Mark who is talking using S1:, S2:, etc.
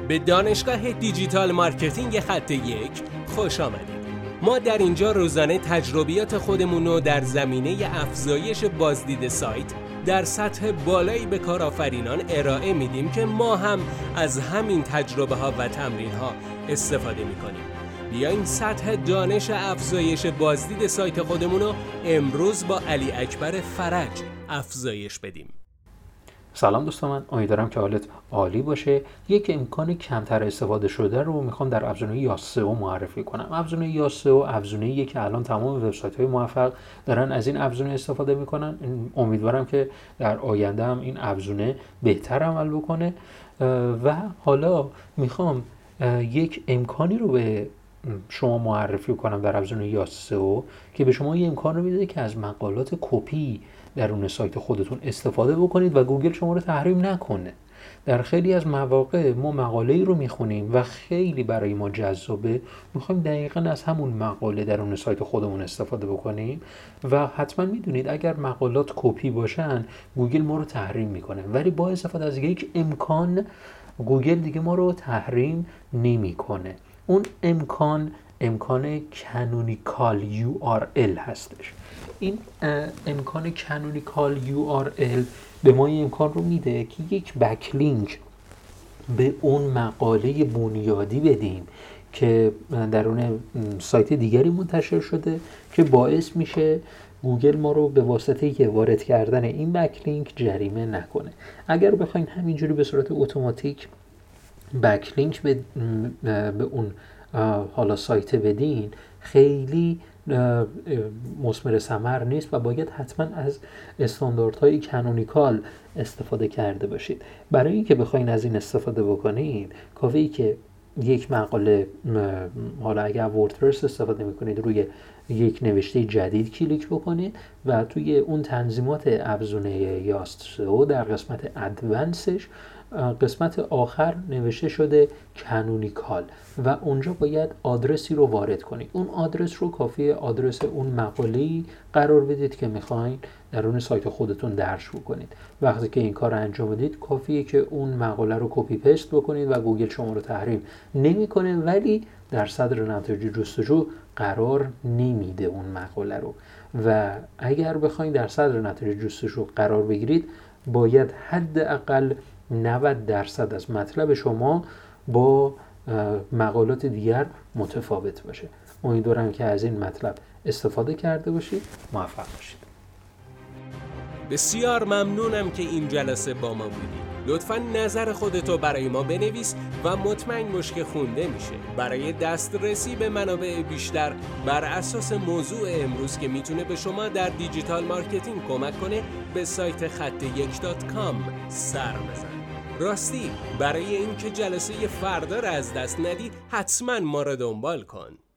S1: به دانشگاه دیجیتال مارکتینگ خط 1 خوش آمدید. ما در اینجا روزانه تجربیات خودمون رو در زمینه افزایش بازدید سایت در سطح بالایی به کارآفرینان ارائه میدیم که ما هم از همین تجربه ها و تمرین ها استفاده میکنیم. بیاین سطح دانش افزایش بازدید سایت خودمون رو امروز با علی اکبر فرج افزایش بدیم.
S2: سلام دوستان، من امیدوارم که حالت عالی باشه. یک امکان کمتر استفاده شده رو میخوام در افزونه یاسئو معرفی کنم. افزونه یاسئو افزونه‌ایه که الان تمام وبسایت‌های موفق دارن از این افزونه استفاده میکنن. امیدوارم که در آینده هم این افزونه بهتر عمل بکنه و حالا میخوام یک امکانی رو به شما معرفی کنم در افزونه یاسئو که به شما این امکان رو میده که از مقالات کپی درون سایت خودتون استفاده بکنید و گوگل شما رو تحریم نکنه. در خیلی از مواقع ما مقاله‌ای رو میخونیم و خیلی برای ما جذابه، میخوایم دقیقاً از همون مقاله درون سایت خودمون استفاده بکنیم و حتما میدونید اگر مقالات کپی باشن گوگل ما رو تحریم میکنه، ولی با استفاده از یک امکان گوگل دیگه ما رو تحریم نمیکنه. اون امکان کانونیکال URL هستش. این امکان کانونیکال URL به ما این امکان رو میده که یک بکلینک به اون مقاله بنیادی بدیم که درون سایت دیگری منتشر شده که باعث میشه گوگل ما رو به واسطه وارد کردن این بکلینک جریمه نکنه. اگر بخواید همینجوری به صورت اتوماتیک بکلینک به اون حالا سایت بدین خیلی مثمر ثمر نیست و باید حتما از استانداردهای کانونیکال استفاده کرده باشید. برای اینکه بخواید از این استفاده بکنید کافیه که یک مقاله، حالا اگر وردپرس استفاده میکنید، روی یک نوشته جدید کلیک بکنید و توی اون تنظیمات افزونه یاسئو در قسمت ادوانسش قسمت آخر نوشته شده کانونیکال و اونجا باید آدرسی رو وارد کنید. اون آدرس رو کافیه آدرس اون مقاله‌ای قرار بدید که میخواین درون سایت خودتون درج بکنید. وقتی که این کار رو انجام بدید کافیه که اون مقاله رو کپی پست بکنید و گوگل شما رو تحریم نمیکنه، ولی در صدر نتایج جستجو قرار نمیده اون مقاله رو. و اگر بخواید در صدر نتایج جستجو قرار بگیرید باید حداقل 90% از مطلب شما با مقالات دیگر متفاوت باشه. امیدوارم که از این مطلب استفاده کرده باشید. موفق باشید.
S1: بسیار ممنونم که این جلسه با ما بودید. لطفاً نظر خودتو برای ما بنویس و مطمئن باش که خونده میشه. برای دسترسی به منابع بیشتر بر اساس موضوع امروز که میتونه به شما در دیجیتال مارکتینگ کمک کنه به سایت خط1.com سر بزن. راستی برای اینکه جلسه فردا رو از دست ندی حتما ما رو دنبال کن.